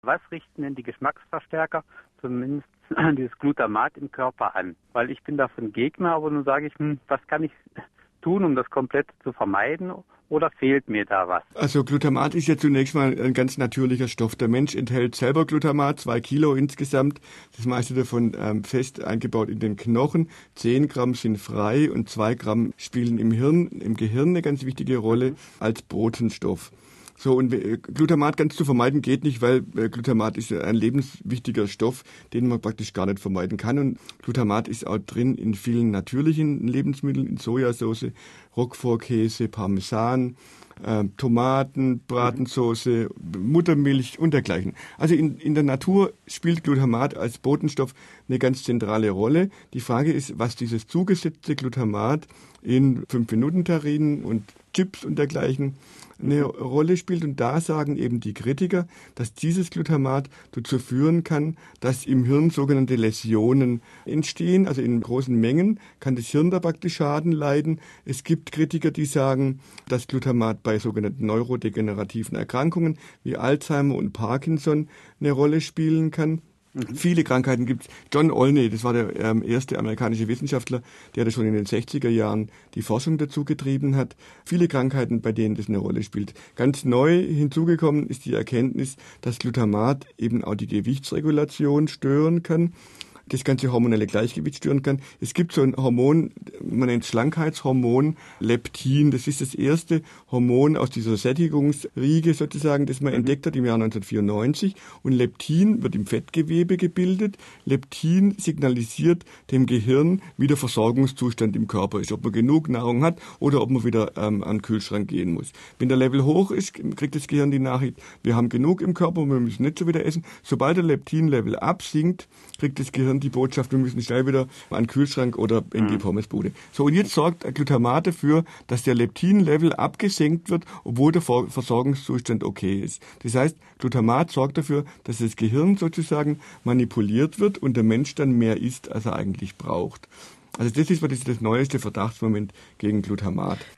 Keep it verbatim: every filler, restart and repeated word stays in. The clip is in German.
was richten denn die Geschmacksverstärker, zumindest dieses Glutamat im Körper an? Weil ich bin davon Gegner, aber nun sage ich, hm, was kann ich tun, um das komplett zu vermeiden? Oder fehlt mir da was? Also Glutamat ist ja zunächst mal ein ganz natürlicher Stoff. Der Mensch enthält selber Glutamat, zwei Kilo insgesamt. Das meiste davon ähm, fest eingebaut in den Knochen. Zehn Gramm sind frei und zwei Gramm spielen im Hirn, im Gehirn eine ganz wichtige Rolle als Botenstoff. So, und äh, Glutamat ganz zu vermeiden geht nicht, weil äh, Glutamat ist ein lebenswichtiger Stoff, den man praktisch gar nicht vermeiden kann. Und Glutamat ist auch drin in vielen natürlichen Lebensmitteln, in Sojasauce, Roquefort-Käse, Parmesan, äh, Tomaten, Bratensoße, Muttermilch und dergleichen. Also in, in der Natur spielt Glutamat als Botenstoff eine ganz zentrale Rolle. Die Frage ist, was dieses zugesetzte Glutamat in fünf-Minuten-Terrinen und Chips und dergleichen eine Rolle spielt. Und da sagen eben die Kritiker, dass dieses Glutamat dazu führen kann, dass im Hirn sogenannte Läsionen entstehen. Also in großen Mengen kann das Hirn da praktisch Schaden leiden. Es gibt Kritiker, die sagen, dass Glutamat bei sogenannten neurodegenerativen Erkrankungen wie Alzheimer und Parkinson eine Rolle spielen kann. Mhm. Viele Krankheiten gibt es. John Olney, das war der ähm, erste amerikanische Wissenschaftler, der das schon in den sechziger Jahren die Forschung dazu getrieben hat. Viele Krankheiten, bei denen das eine Rolle spielt. Ganz neu hinzugekommen ist die Erkenntnis, dass Glutamat eben auch die Gewichtsregulation stören kann, das ganze hormonelle Gleichgewicht stören kann. Es gibt so ein Hormon, man nennt es Schlankheitshormon, Leptin. Das ist das erste Hormon aus dieser Sättigungsriege sozusagen, das man mhm. entdeckt hat im Jahr neunzehnhundertvierundneunzig. Und Leptin wird im Fettgewebe gebildet. Leptin signalisiert dem Gehirn, wie der Versorgungszustand im Körper ist, ob man genug Nahrung hat oder ob man wieder ähm, an den Kühlschrank gehen muss. Wenn der Level hoch ist, kriegt das Gehirn die Nachricht, wir haben genug im Körper, wir müssen nicht schon wieder essen. Sobald der Leptin-Level absinkt, kriegt das Gehirn die Botschaft, wir müssen schnell wieder an den Kühlschrank oder in die Pommesbude. So, und jetzt sorgt Glutamat dafür, dass der Leptin-Level abgesenkt wird, obwohl der Versorgungszustand okay ist. Das heißt, Glutamat sorgt dafür, dass das Gehirn sozusagen manipuliert wird und der Mensch dann mehr isst, als er eigentlich braucht. Also das ist das neueste Verdachtsmoment gegen Glutamat.